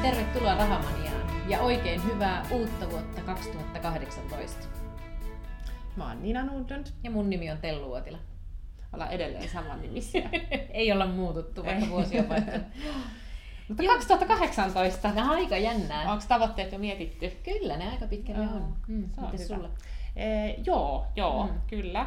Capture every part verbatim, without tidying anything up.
tervetuloa Rahamaniaan ja oikein hyvää uutta vuotta kaksituhattakahdeksantoista. Mä oon Nina Nordlund. Ja mun nimi on Tellu Uotila. Ollaan edelleen saman nimisiä. Ei olla muututtu, vaikka vuosi on vaihtunut. Mutta kaksituhattakahdeksantoista. No, aika jännää. Onko tavoitteet jo mietitty? Kyllä, ne aika pitkälle Joo, on. Mm, se on mites hyvä. sulla? Ee, joo, joo, Mm. kyllä.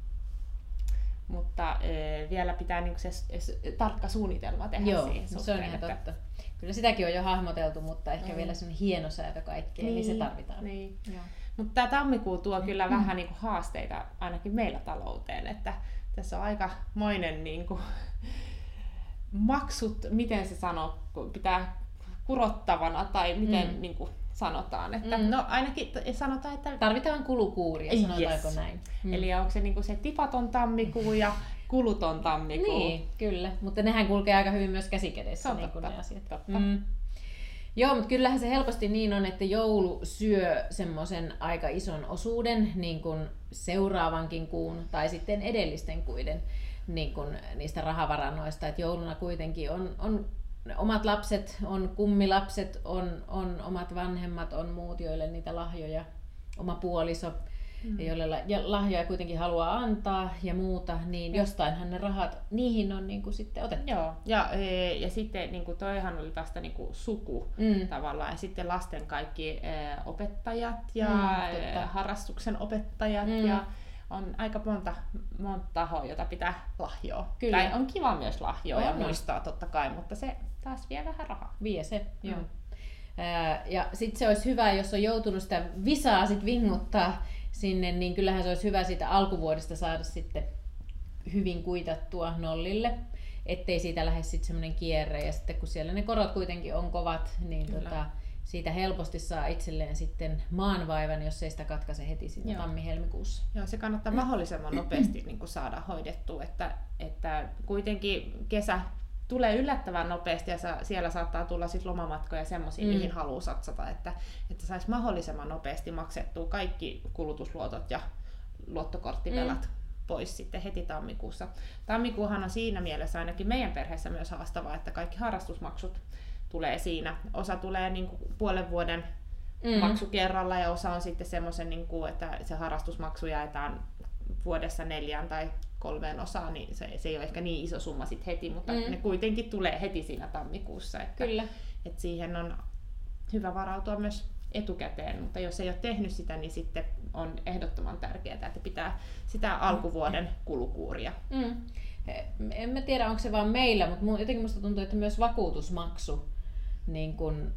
Mutta ee, vielä pitää niinku se, se tarkka suunnitelma tehdä Joo, siihen se on suhteen, ihan että... totta. Kyllä sitäkin on jo hahmoteltu, mutta ehkä Mm. vielä semmoinen hienosäätö kaikkeen, niin, niin se tarvitaan. Niin. Joo. Mutta tämä tammikuu tuo kyllä Mm. vähän niinku haasteita ainakin meillä talouteen, että tässä on aikamoinen niinku maksut, miten se sanoo, kun pitää kurottavana tai miten Mm. niinku sanotaan, että Mm. no ainakin t- sanotaan, että Tarvitaan kulukuuria, sanotaanko Yes. näin. Mm. eli onko se niinku se tipaton tammikuu ja kuluton tammikuu. Niin, kyllä. Mutta nehän kulkee aika hyvin myös käsikädessä, Se on niin kuin totta, ne asiat. totta. Mm. Joo, mutta kyllähän se helposti niin on, että joulu syö semmoisen aika ison osuuden niin kuin seuraavankin kuun tai sitten edellisten kuiden niin kuin niistä rahavarannoista. Et jouluna kuitenkin on, on omat lapset, on kummilapset, on, on omat vanhemmat, on muut, joille niitä lahjoja, oma puoliso, mm. joille la- ja lahjoja kuitenkin haluaa antaa ja muuta, niin Ja. jostainhan ne rahat, niihin on niin kuin sitten otettu. Joo, ja, e, ja sitten niin kuin toihan oli vasta niin kuin suku Mm. tavallaan, ja sitten lasten kaikki e, opettajat ja Mm, e, totta. harrastuksen opettajat, Mm. ja on aika monta, monta tahoa, jota pitää lahjoa. Kyllä. Tai on kiva myös lahjoa ja On. muistaa totta kai, mutta se taas vie vähän rahaa. Vie se, Mm. joo. Ää, ja sitten se olisi hyvä, jos on joutunut sitä visaa sit vinguttaa sinne, niin kyllähän se olisi hyvä siitä alkuvuodesta saada sitten hyvin kuitattua nollille, ettei siitä lähde sitten semmoinen kierre. Ja sitten kun siellä ne korot kuitenkin on kovat, niin Kyllä. tota, siitä helposti saa itselleen sitten maanvaivan, jos ei sitä katkaise heti siinä Joo. tammi-helmikuussa. Joo, se kannattaa mahdollisimman nopeasti niin kuin saada hoidettua, että, että kuitenkin kesä tulee yllättävän nopeasti ja sa, siellä saattaa tulla sit lomamatkoja ja semmoisia, Mm. mihin haluaa satsata, että, että saisi mahdollisimman nopeasti maksettua kaikki kulutusluotot ja luottokorttivelat mm. pois sitten heti tammikuussa. Tammikuuhan on siinä mielessä ainakin meidän perheessä myös haastava, että kaikki harrastusmaksut tulee siinä. Osa tulee niin kuin puolen vuoden Mm. maksu kerralla ja osa on sitten semmoisen, niin kuin, että se harrastusmaksu jaetaan vuodessa neljään tai kolmeen osaan, niin se, se ei ole ehkä niin iso summa sit heti, mutta Mm. ne kuitenkin tulee heti siinä tammikuussa. Että, Kyllä. että siihen on hyvä varautua myös etukäteen, mutta jos ei ole tehnyt sitä, niin sitten on ehdottoman tärkeää, että pitää sitä alkuvuoden kulukuuria. Mm. En mä tiedä, onko se vaan meillä, mutta mu- jotenkin musta tuntuu, että myös vakuutusmaksu, niin kun,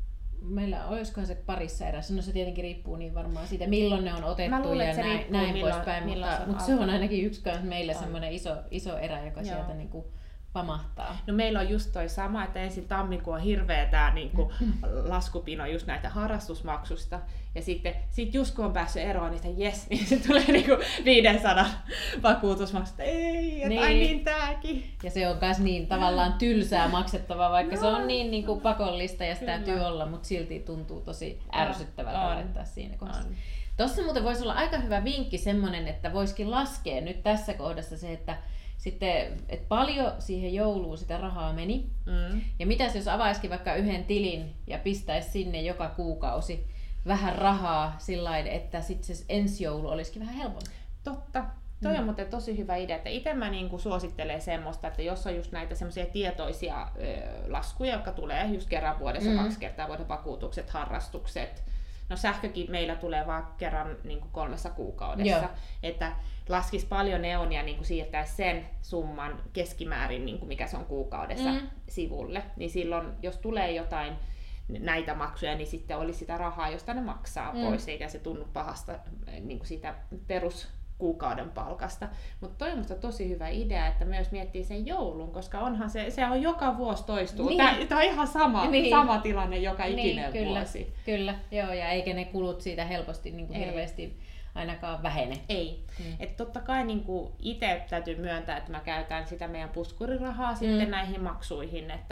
meillä olisikohan se parissa erässä, no se tietenkin riippuu niin varmaan siitä, milloin ne on otettu Mä luulen, ja että se näin, riippuu, näin milloin- poispäin, milloin mutta, se on mutta se on alkanut. ainakin yksi kans meillä On. semmoinen iso, iso erä, joka Joo. sieltä niin kuin pamahtaa. No meillä on just toi sama, että ensin tammikuu on hirveä tää niinku laskupino just näitä harrastusmaksusta. Ja sitten sit just kun on päässyt eroon niistä jes, niin se tulee niinku viisisataa vakuutusmaksusta. Ei, että Niin. ai niin tääkin. Ja se on myös niin tavallaan tylsää maksettavaa, vaikka No. se on niin, niin kuin pakollista ja sitä Kyllä. täytyy olla, mutta silti tuntuu tosi ärsyttävältä On. laittaa siinä kohdassa. On. Tuossa muuten voisi olla aika hyvä vinkki semmoinen, että voisikin laskea nyt tässä kohdassa se, että sitten, että paljon siihen jouluun sitä rahaa meni. Mm. Ja mitäs jos avaisikin vaikka yhden tilin ja pistäisi sinne joka kuukausi vähän rahaa sillain, että sitten se ensi joulu olisikin vähän helpompi. Totta. Toi Mm. on muuten tosi hyvä idea, että itse mä niinku suosittelen semmoista, että jos on just näitä semmoisia tietoisia ö, laskuja, jotka tulee just kerran vuodessa, Mm. kaksi kertaa vuoden vakuutukset, harrastukset. No sähkökin meillä tulee vaan kerran niinku kolmessa kuukaudessa, Joo. että laskis paljon neonia niinku siirtäisi sen summan keskimäärin, niinku mikä se on kuukaudessa Mm. sivulle, niin silloin jos tulee jotain näitä maksuja, niin sitten olisi sitä rahaa, josta ne maksaa Mm. pois, eikä se tunnu pahasta niin kuin siitä peruskuukauden palkasta. Mutta toi on musta tosi hyvä idea, että myös miettii sen joulun, koska onhan se, se on joka vuosi toistuu. Niin. Tämä, tämä on ihan sama, Niin. sama tilanne joka ikinen niin, kyllä, vuosi. Kyllä, joo, ja eikä ne kulut siitä helposti niin kuin Ei. hirveästi ainakaan vähene. Ei. Mm. Et totta kai niin itse täytyy myöntää, että mä käytän sitä meidän puskurirahaa Mm. sitten näihin maksuihin, että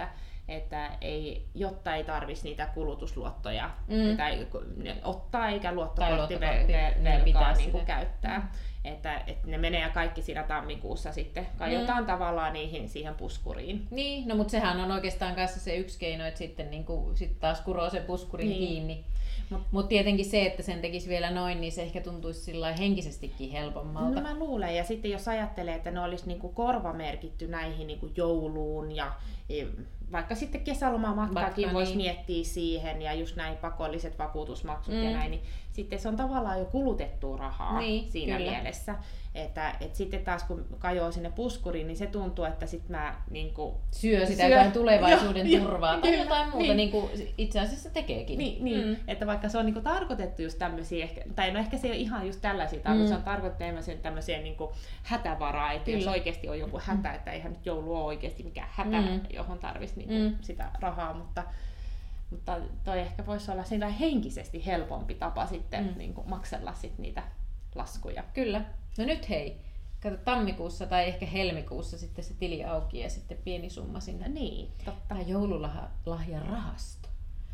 että ei, jotta ei tarvitsisi niitä kulutusluottoja mm. tai ottaa eikä luottokorttivelkaa luottokorttivelkaa niin kuin käyttää. Mm. Että, että ne menee kaikki siinä tammikuussa sitten. Kajotaan mm. tavallaan niihin siihen puskuriin. Niin, no mutta sehän on oikeastaan kanssa se yksi keino, että sitten niin kuin, sit taas kuroo se puskurin niin. kiinni. Mutta Mut tietenkin se, että sen tekisi vielä noin, niin se ehkä tuntuisi sillai henkisestikin helpommalta. No mä luulen, ja sitten jos ajattelee, että ne olisi niinku korvamerkitty näihin niinku jouluun ja vaikka sitten kesälomamatkaakin voisi niin. miettiä siihen ja just näin pakolliset vakuutusmaksut mm. ja näin, niin sitten se on tavallaan jo kulutettua rahaa niin, siinä kyllä. mielessä. Että et sitten taas kun kajoaa sinne puskuriin, niin se tuntuu, että sit mä niinku syö sitä syö. tulevaisuuden jo, turvaa jo, tai kyllä, jotain muuta, niin. niin kuin itse asiassa tekeekin. Niin, niin. Mm. Että vaikka se on niinku tarkoitettu just tämmöisiä, ehkä, tai no ehkä se ei ole ihan just tällaisia, mm. se on tarkoitettu enemmän tämmöisiä niinku hätävaraa, että kyllä. jos oikeasti on joku hätä, että eihän nyt joulu ole oikeasti mikään hätä, mm. johon tarvitsisi niinku mm. sitä rahaa, mutta Mutta toi ehkä voisi olla siinä henkisesti helpompi tapa sitten mm. niin kuin maksella sit niitä laskuja. Kyllä. No nyt hei, kato tammikuussa tai ehkä helmikuussa sitten se tili auki ja sitten pieni summa sinne. Niin, totta. Tai joululahjan rahasto.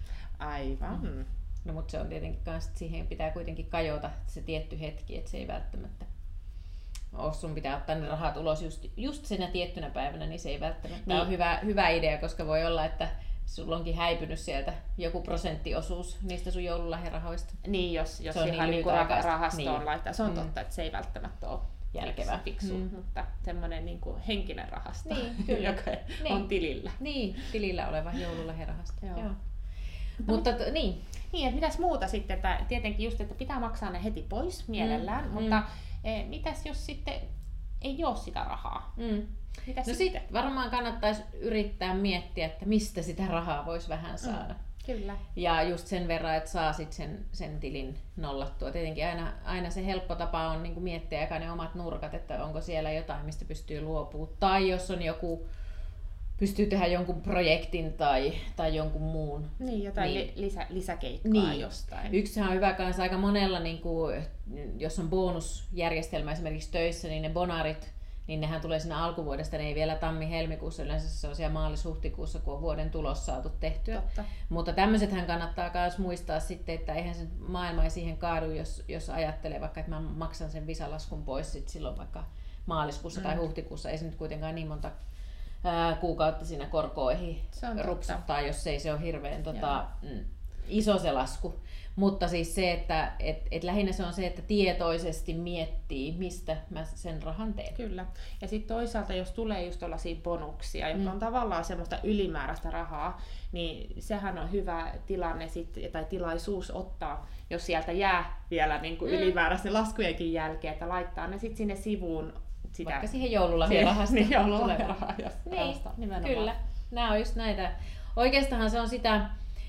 Aivan. Mm. No mutta se on tietenkin kans, että siihen pitää kuitenkin kajota se tietty hetki, että se ei välttämättä ole, sun pitää ottaa ne rahat ulos just, just senä tiettynä päivänä, niin se ei välttämättä niin. ole hyvä, hyvä idea, koska voi olla, että sulla onkin häipynyt sieltä joku prosenttiosuus niistä sun joululahjarahoista. Niin, jos, jos ihan niin rahastoon niin. laittaa. Se on mm. totta, että se ei välttämättä ole järkevää, fiksu, mm. mutta semmoinen niin kuin henkinen rahasto, niin, joka niin. on tilillä. Niin, tilillä oleva joululahjarahasto. Joo. Joo. Mutta t- niin. Niin, että mitäs muuta sitten, että tietenkin just, että pitää maksaa ne heti pois mielellään, mm. mutta mm. mitäs jos sitten ei ole sitä rahaa? Mm. Mitäs no sitten sit varmaan kannattaisi yrittää miettiä, että mistä sitä rahaa voisi vähän saada. Mm, kyllä. Ja just sen verran, että saa sit sen, sen tilin nollattua. Tietenkin aina, aina se helppo tapa on niin kuin miettiä eka ne omat nurkat, että onko siellä jotain, mistä pystyy luopumaan. Tai jos on joku, pystyy tehdä jonkun projektin tai, tai jonkun muun. Niin, jotain niin, lisä, lisäkeikkaa niin. jostain. Yksihän on hyvä kanssa aika monella, niin kuin, jos on bonusjärjestelmä esimerkiksi töissä, niin ne bonarit, niin nehän tulee siinä alkuvuodesta, ne ei vielä tammi-helmikuussa, yleensä se on siellä maalis-huhtikuussa, kun on vuoden tulos saatu tehtyä. Totta. Mutta tämmöisethän kannattaa myös muistaa sitten, että eihän se maailma ei siihen kaadu, jos, jos ajattelee vaikka, että mä maksan sen visalaskun pois sit silloin vaikka maaliskuussa mm. tai huhtikuussa, ei se nyt kuitenkaan niin monta ää, kuukautta siinä korkoihin rupsuttaa, jos ei se ole hirveän tota, mm, iso se lasku. Mutta siis se, että et, et lähinnä se on se, että tietoisesti miettii, mistä mä sen rahan teen. Kyllä. Ja sitten toisaalta, jos tulee just tällaisia bonuksia, jotka mm. on tavallaan semmoista ylimääräistä rahaa, niin sehän on hyvä tilanne sit, tai tilaisuus ottaa, jos sieltä jää vielä niin kuin mm. ylimääräisten laskujenkin jälkeen, että laittaa ne sitten sinne sivuun. Sitä, vaikka siihen joululahjarahasta. Niin, joululahjarahasta. Niin, kyllä. Nämä on just näitä. Oikeastaan se on sitä,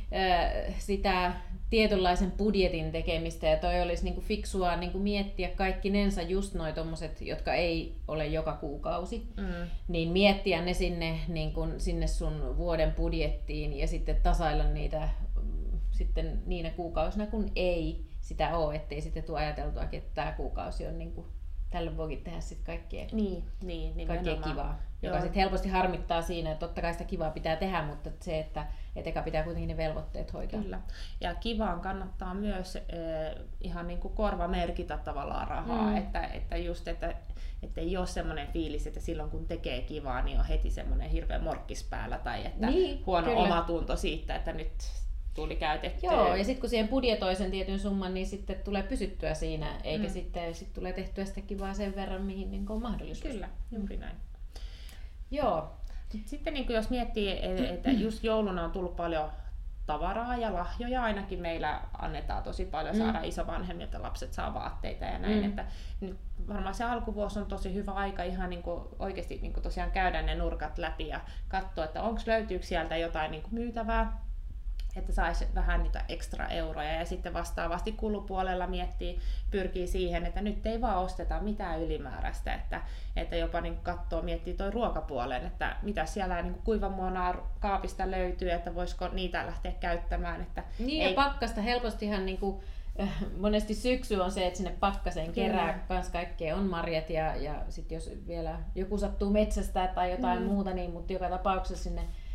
sitä tietynlaisen budjetin tekemistä, ja toi olisi niinku fiksua niinku miettiä kaikkinensa just noi tommoset, jotka ei ole joka kuukausi, mm. niin miettiä ne sinne, niinku, sinne sun vuoden budjettiin ja sitten tasailla niitä mm, sitten niinä kuukausina, kun ei sitä ole, ettei sitten tule ajateltuakin, että tämä kuukausi on niinku, tällöin voikin tehdä sitten kaikkea, niin, niin, kaikkea kivaa, joka sitten helposti harmittaa siinä, että totta kai sitä kivaa pitää tehdä, mutta se, että et eka pitää kuitenkin ne velvoitteet hoitaa. Kyllä. Ja kivaan kannattaa myös eh, ihan niin kuin korva merkitä tavallaan rahaa, mm. että, että just, että, että ei ole semmoinen fiilis, että silloin kun tekee kivaa, niin on heti semmoinen hirveä morkkis päällä tai että niin, huono kyllä. omatunto siitä, että nyt tuli käytettyä. Joo, ja sitten kun siihen budjetoi sen tietyn summan, niin sitten tulee pysyttyä siinä, eikä mm. sitten sit tulee tehtyä sitä kivaa sen verran, mihin niin on mahdollisuus. Kyllä, juuri näin. Joo. Sitten niin jos miettii, että just jouluna on tullut paljon tavaraa ja lahjoja, ainakin meillä annetaan tosi paljon saada mm. isovanhemmilta, lapset saa vaatteita ja näin, mm. että nyt varmaan se alkuvuosi on tosi hyvä aika ihan niin kuin oikeasti niin kuin tosiaan käydä ne nurkat läpi ja katsoa, että onko löytyykö sieltä jotain niin kuin myytävää, että saisi vähän niitä ekstra euroja ja sitten vastaavasti kulupuolella miettii, pyrkii siihen, että nyt ei vaan osteta mitään ylimääräistä, että, että jopa niin katsoo, miettii toi ruokapuolen, että mitä siellä niin kuivamuonaa kaapista löytyy, että voisiko niitä lähteä käyttämään. Että niin ei... ja pakkasta helpostihan niin kuin, monesti syksy on se, että sinne pakkaseen kerää kans kaikkea on marjat ja, ja sit jos vielä joku sattuu metsästää tai jotain mm. muuta, niin, mutta joka tapauksessa sinne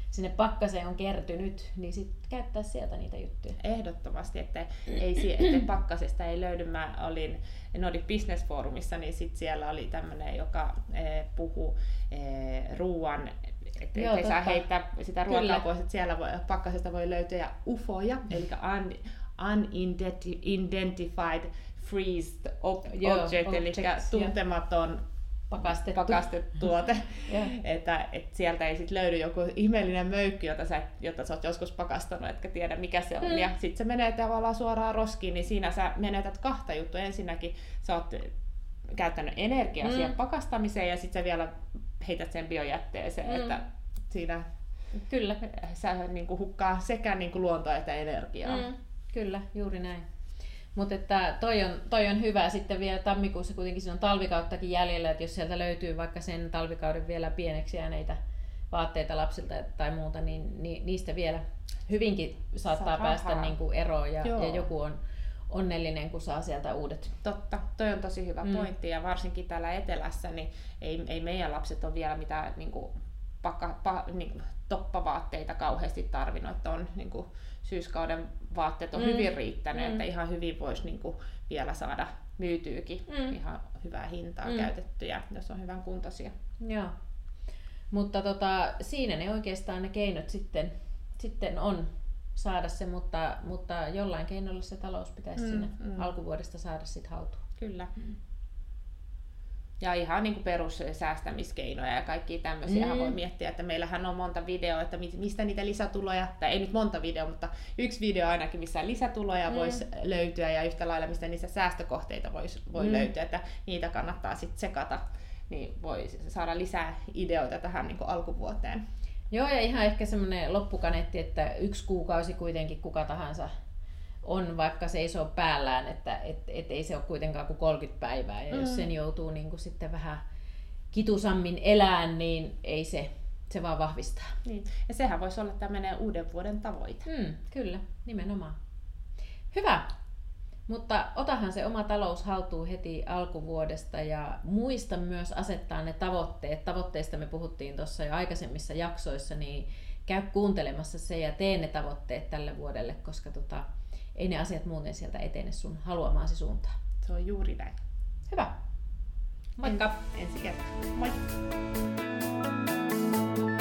sinne pakkaseen on kertynyt, niin sitten käyttää sieltä niitä juttuja. Ehdottomasti, että ei, ettei pakkasesta ei löydy. Mä olin Nordic Business Forumissa, niin sit siellä oli tämmöinen, joka eh, puhuu eh, ruoan, että ei saa heittää sitä ruokaa Kyllä. pois, että siellä voi, pakkasesta voi löytyä ufoja, eli un, unidentified freezed ob- Joo, object, eli tuntematon pakastettu, pakastettu tuote, että, että sieltä ei sit löydy joku ihmeellinen möykky, jota sä, jota sä oot joskus pakastanut, etkä tiedä mikä se on. Mm. Ja sit se menee tavallaan suoraan roskiin, niin siinä sä menetät kahta juttua. Ensinnäkin sä oot käyttänyt energiaa mm. siihen pakastamiseen ja sit sä vielä heität sen biojätteeseen, mm. että siinä Kyllä. sä niin kuin hukkaa sekä niin kuin luontoa että energiaa. Mm. Kyllä, juuri näin. Mutta että toi on, toi on hyvä sitten vielä tammikuussa, kuitenkin siinä on talvikauttakin jäljellä, että jos sieltä löytyy vaikka sen talvikauden vielä pieneksi jääneitä vaatteita lapsilta tai muuta, niin, niin niistä vielä hyvinkin saattaa Saa päästä niin kuin eroon ja, ja joku on onnellinen, kun saa sieltä uudet. Totta, toi on tosi hyvä mm. pointti ja varsinkin täällä etelässä niin ei, ei meidän lapset ole vielä mitään niin kuin, pakka, pa, niin kuin, toppavaatteita kauheasti tarvinnut, että on niin kuin, syyskauden vaatteet on mm. hyvin riittänyt, mm. että ihan hyvin voisi niin kuin, vielä saada myytyykin mm. ihan hyvää hintaa mm. käytettyjä, jos on hyvän kuntoisia. Joo. Mutta tota, siinä ne oikeastaan ne keinot sitten, sitten on saada se, mutta, mutta jollain keinolla se talous pitäisi mm, siinä mm. alkuvuodesta saada sit haltuun. Kyllä. Mm. Ja ihan niin kuin perussäästämiskeinoja ja kaikkia tämmöisiä mm. voi miettiä, että meillähän on monta videoa, että mistä niitä lisätuloja, tai ei nyt monta videoa, mutta yksi video ainakin, missä lisätuloja mm. voisi löytyä ja yhtä lailla, mistä niissä säästökohteita vois, voi mm. löytyä, että niitä kannattaa sitten sekata, niin voi saada lisää ideoita tähän niin kuin alkuvuoteen. Joo, ja ihan ehkä semmoinen loppukaneetti, että yksi kuukausi kuitenkin kuka tahansa on, vaikka se ei se ole päällään, että et, et ei se ole kuitenkaan kuin kolmekymmentä päivää, ja mm. jos sen joutuu niin kuin sitten vähän kitusammin elään, niin ei se, se vaan vahvistaa. Niin. Ja sehän voisi olla tämmöinen uuden vuoden tavoite. Mm, kyllä, nimenomaan. Hyvä, mutta otahan se oma talous haltuun heti alkuvuodesta ja muista myös asettaa ne tavoitteet. Tavoitteista me puhuttiin tuossa jo aikaisemmissa jaksoissa, niin käy kuuntelemassa se ja tee ne tavoitteet tälle vuodelle, koska tota, ei ne asiat muuten sieltä etene sun haluamaasi suuntaan. Se on juuri näin. Hyvä. Moikka! Ensi kertaa. Moi!